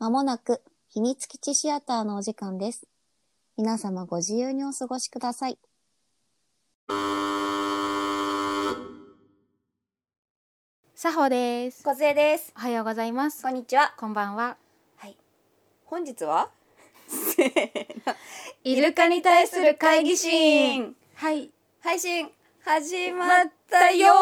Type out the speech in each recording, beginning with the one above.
まもなく秘密基地シアターのお時間です。皆様ご自由にお過ごしください。 さほです。 小杖です。 おはようございます。 こんにちは。 こんばんは。 はい。本日はイルカに対する会議心。 はい。配信始ままったよ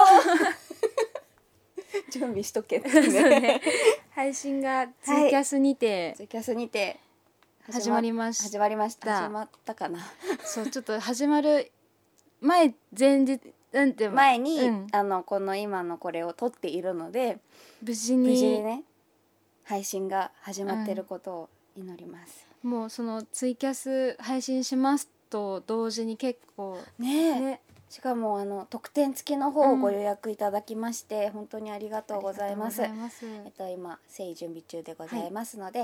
ー。準備しとけね。 配信がツイキャスにて、 ツイキャスにて始まりました。 始まったかな。 そうちょっと始まる前日なんて前に、この今のこれを撮っているので無事にね配信が始まっていることを祈ります。 もうそのツイキャス配信しますと同時に結構ね。しかも特典付きの方をご予約いただきまして、本当にありがとうございます。今整理準備中でございますので、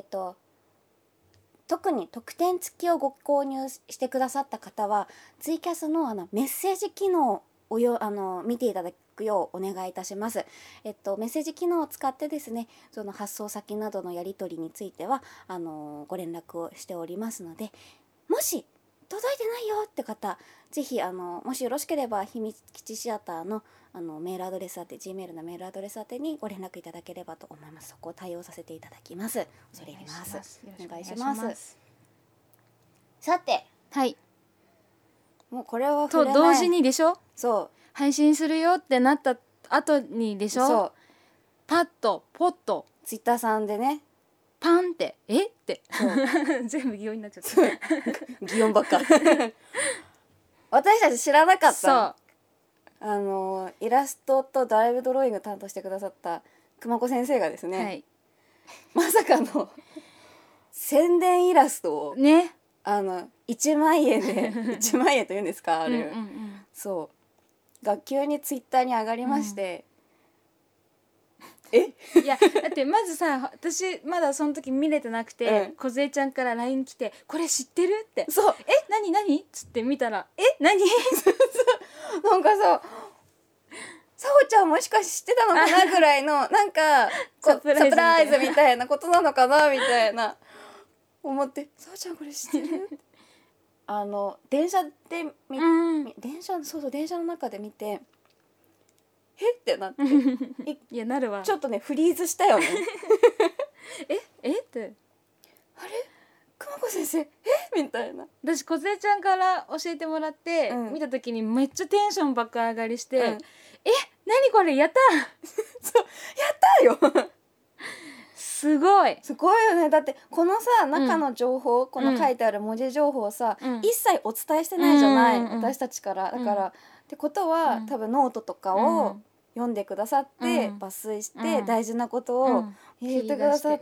特に特典付きをご購入してくださった方はツイキャスのメッセージ機能を見ていただくようお願いいたします。メッセージ機能を使ってですね、その発送先などのやり取りについてはご連絡をしておりますので、もし届いてないよって方、ぜひもしよろしければ秘密基地シアターのメールアドレス宛て Gmail のメールアドレス宛てにご連絡いただければと思います。そこを対応させていただきます。恐れ入ります。お願いします。さて、 はい。 もうこれはと同時にでしょ。 そう配信するよってなった後にでしょ。そうパッとポッとツイッターさんでねパンってって全部擬音になっちゃった擬音ばっか私たち知らなかった。イラストとドライブドローイング担当してくださった熊子先生がですね、はい、まさかの宣伝イラストをね 1万円で1万円というんですかあれ、そうが急にツイッターに上がりまして、 いやだってまずさ、私まだその時見れてなくて、梢ちゃんから LINE 来てこれ知ってるってそう何っつって見たら何なんかささほちゃんもしかして知ってたのかなぐらいのなんかサプライズみたいなことなのかなみたいな思って、さほちゃんこれ知ってる電車で電車の中で見てってなっていやなるわ。 ちょっとねフリーズしたよねってあれ熊子先生みたいな。 私梢ちゃんから教えてもらって、見た時にめっちゃテンション爆上がりして、何これやったそうやったよすごいよね。だってこのさ中の情報、この書いてある文字情報をさ、一切お伝えしてないじゃない、私たちから。だから、ってことは、多分ノートとかを読んでくださって、抜粋して大事なことを言ってくださって、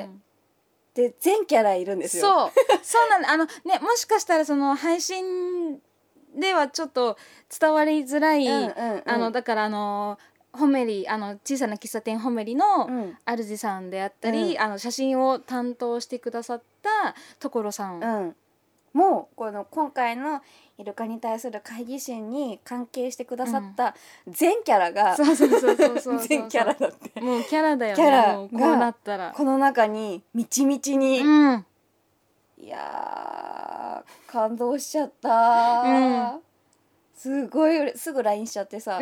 で全キャラいるんですよ。 そうなの。ね、もしかしたらその配信ではちょっと伝わりづらい、だからホメリ小さな喫茶店ホメリの主さんであったり、写真を担当してくださった所さん、 もう今回のイルカに対する会議心に関係してくださった全キャラが、 そう全キャラだってもうキャラだよね。 キャラもうこうなったらこの中にみちみちに、いやー感動しちゃった、すごいすぐ LINE しちゃってさ、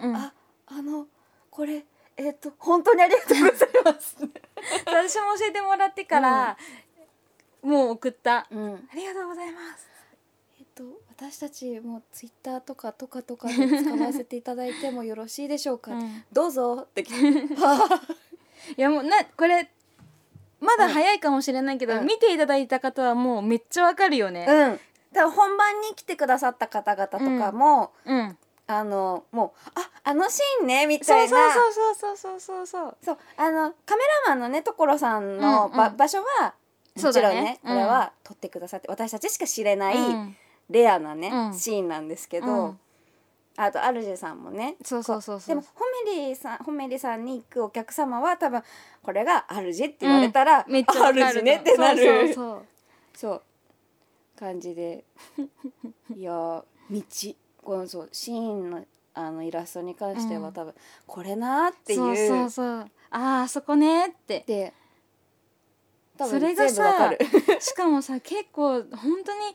これ本当にありがとうございます私も教えてもらってから、もう送った、ありがとうございます。 私たちもツイッターとかで使わせていただいてもよろしいでしょうか、どうぞって来ていやもうこれまだ早いかもしれないけど、見ていただいた方はもうめっちゃわかるよね。 多分本番に来てくださった方々とかも、もうシーンねみたいな。そうカメラマンのね所さんの、場所はもちろんね、これは撮ってくださって私たちしか知れない、レアなね、シーンなんですけど、あと主さんもね。でもホメリさんに行くお客様は多分これが主って言われたら、 めっちゃ主ねってなるそう感じでいやこのシーンのイラストに関しては多分これなっていう、 あそこねってで多分それが全部わかさるしかもさ結構本当に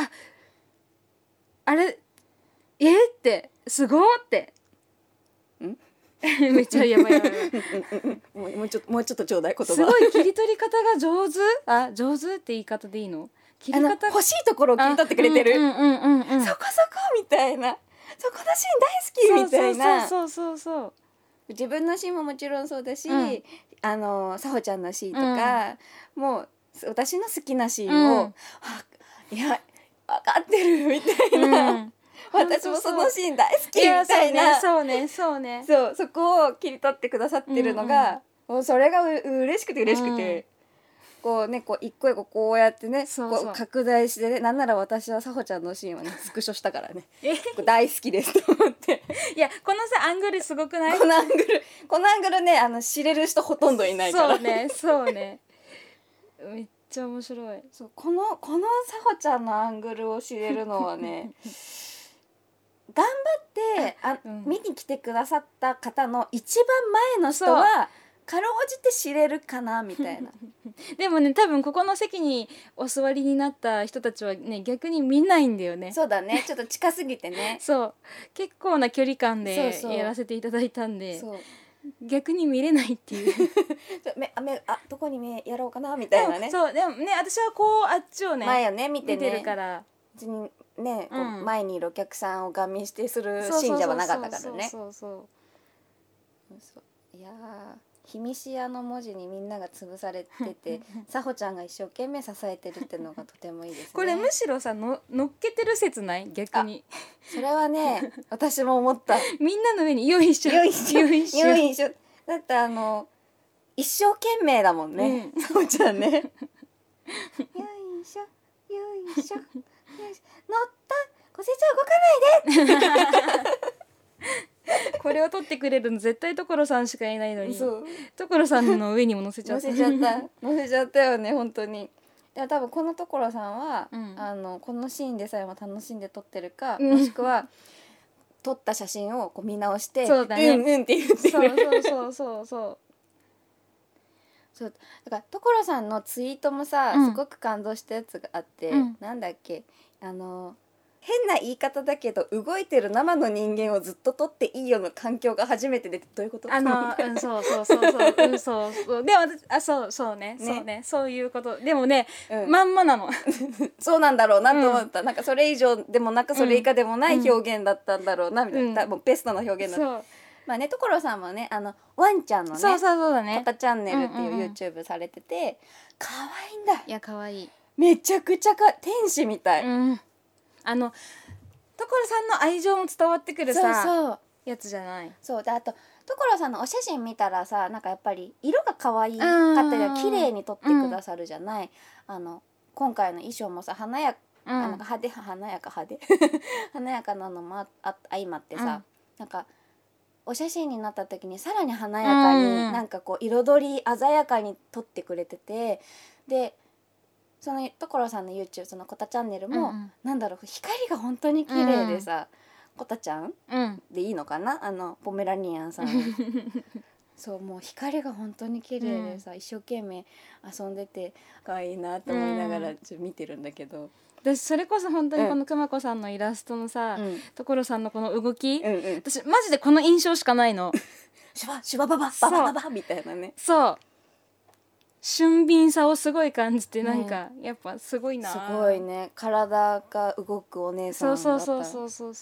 あれってすごーってんめっちゃやばいもうちょっとちょうだい言葉。 すごい切り取り方が上手上手って言い方でいいの切り方が欲しいところを切り取ってくれてる、 うんそこみたいな、そこのシーン大好きみたいな。 そう自分のシーンももちろんそうだし、 うんさほちゃんのシーンとか、もう私の好きなシーンを、いや分かってるみたいな、私もそのシーン大好きみたいな、 そうねそこを切り取ってくださってるのが、もうそれが嬉しくて、こうねこう一個一個こうやってねこう拡大してね、なんなら私はさほちゃんのシーンはねスクショしたからね大好きですと思っていやこのさアングルすごくない？ このアングルね知れる人ほとんどいないからそうねめっちゃ面白い。 そうこのさほちゃんのアングルを知れるのはね頑張って見に来てくださった方の一番前の人はかろうじて知れるかなみたいなでもね多分ここの席にお座りになった人たちはね逆に見ないんだよね。 そうだね、ちょっと近すぎてねそう結構な距離感でやらせていただいたんで、 そう逆に見れないっていうどこに目やろうかなみたいなね。 そうでもね私はこうあっちをね前をね見てるから別にね、こう前にいるお客さんをガン見してする信者はなかったからね。いやひみしやの文字にみんなが潰されててさほちゃんが一生懸命支えてるっていうのがとてもいいですね。 これむしろさ乗っけてる説ない？逆にそれはね私も思ったみんなの上によいしょだって一生懸命だもんね、さほちゃんねよいしょ乗ったごせちゃ動かないでこれを撮ってくれるの絶対所さんしかいないのに所さんの上にも乗せちゃった乗せちゃったよね本当に。でも多分この所さんは、このシーンでさえも楽しんで撮ってるか、もしくは撮った写真をこう見直してそうだねって言ってるそうだから所さんのツイートもさ、すごく感動したやつがあって、なんだっけ変な言い方だけど動いてる生の人間をずっと撮っていいよの環境が初めてでどういうこと？ そうでもそうねそういうことでもね、まんまなのそうなんだろうなと思った、なんかそれ以上でもなくそれ以下でもない表現だったんだろうなみたいな、多分ベストな表現だった。まあね所さんもねワンちゃんのねそうだねコタチャンネルっていう YouTube されてて可愛いんだ。 いや可愛いめちゃくちゃ天使みたい。 所さんの愛情も伝わってくるさやつじゃない。 そうであと所さんのお写真見たらさなんかやっぱり色が可愛かったり綺麗に撮ってくださるじゃない。今回の衣装もさ華やかなのも相まってさ、なんかお写真になった時にさらに華やかに、なんかこう彩り鮮やかに撮ってくれてて、でその所さんの YouTube そのコタチャンネルも、なんだろう光が本当に綺麗でさ、コタちゃん、でいいのかなポメラニアンさんそうもう光が本当に綺麗でさ、一生懸命遊んでて可愛いなと思いながらちょっと見てるんだけど、 私それこそ本当にこのくまこさんのイラストのさ、所さんのこの動き、私マジでこの印象しかないのシュバババババババみたいなね。 そう俊敏さをすごい感じて、なんかやっぱすごいな、 すごいね体が動くお姉さんだった。 そうこ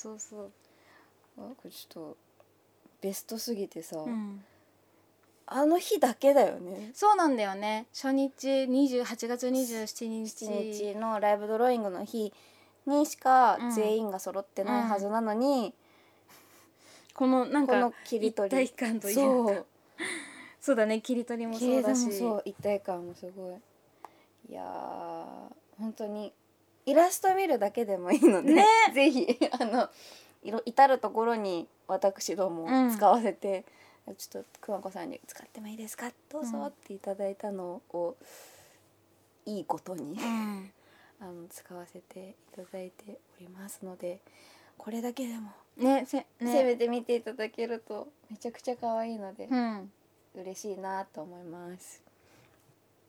れちょっとベストすぎてさ、あの日だけだよね。 そうなんだよね。初日8月27日のライブドローイングの日にしか全員が揃ってないはずなのに、 このなんかこの切り取り一体感というかそうだね切り取りもそうだし一体感もすごい。いや本当にイラスト見るだけでもいいので、ぜひ至る所に私ども使わせて、ちょっとくまこさんに使ってもいいですかどうぞっていただいたのをいいことに、使わせていただいておりますので、これだけでもせめて見ていただけるとめちゃくちゃ可愛いので、嬉しいなと思います。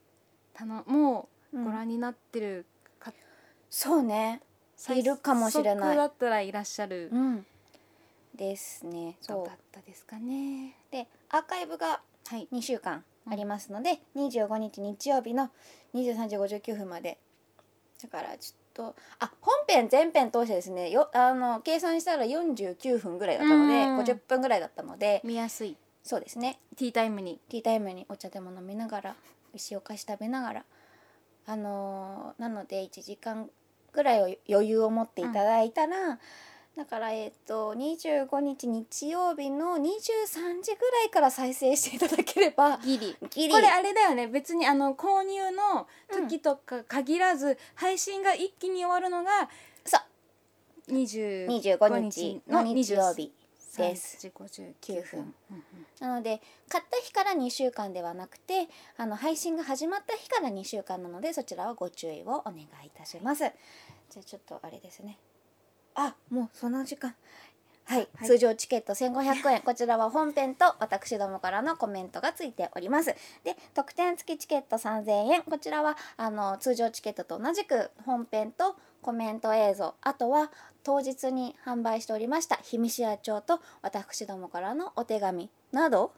もうご覧になってる方、 そうね、いるかもしれない。 最速だったらいらっしゃる、 ですね。 そうだったですかね。 でアーカイブが2週間ありますので、25日日曜日の23時59分までだから、ちょっと本編全編通してですね、計算したら49分ぐらいだったので、50分ぐらいだったので見やすい。 そうですね、 ティータイムにお茶でも飲みながら、美味しいお菓子食べながら、なので1時間ぐらいを余裕を持っていただいたら、だから25日日曜日の23時ぐらいから再生していただければギリこれあれだよね、別に購入の時とか限らず、配信が一気に終わるのがそう 25 日の日曜日です 3時59分、 なので買った日から2週間ではなくて、配信が始まった日から2週間なので、そちらはご注意をお願いいたします。じゃあちょっとあれですね、もうその時間、通常チケット1500円こちらは本編と私どもからのコメントがついております。で特典付きチケット3000円、こちらは通常チケットと同じく本編とコメント映像、あとは当日に販売しておりました氷見市屋町と私どもからのお手紙など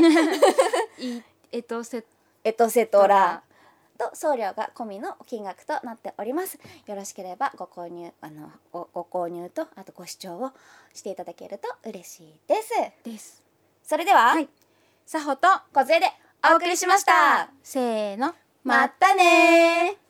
エトセトラと送料が込みの金額となっております。よろしければご購入ご購入と、あとご視聴をしていただけると嬉しいです。それでは、 さほと小杖でお送りしました。 せーの、 またねー。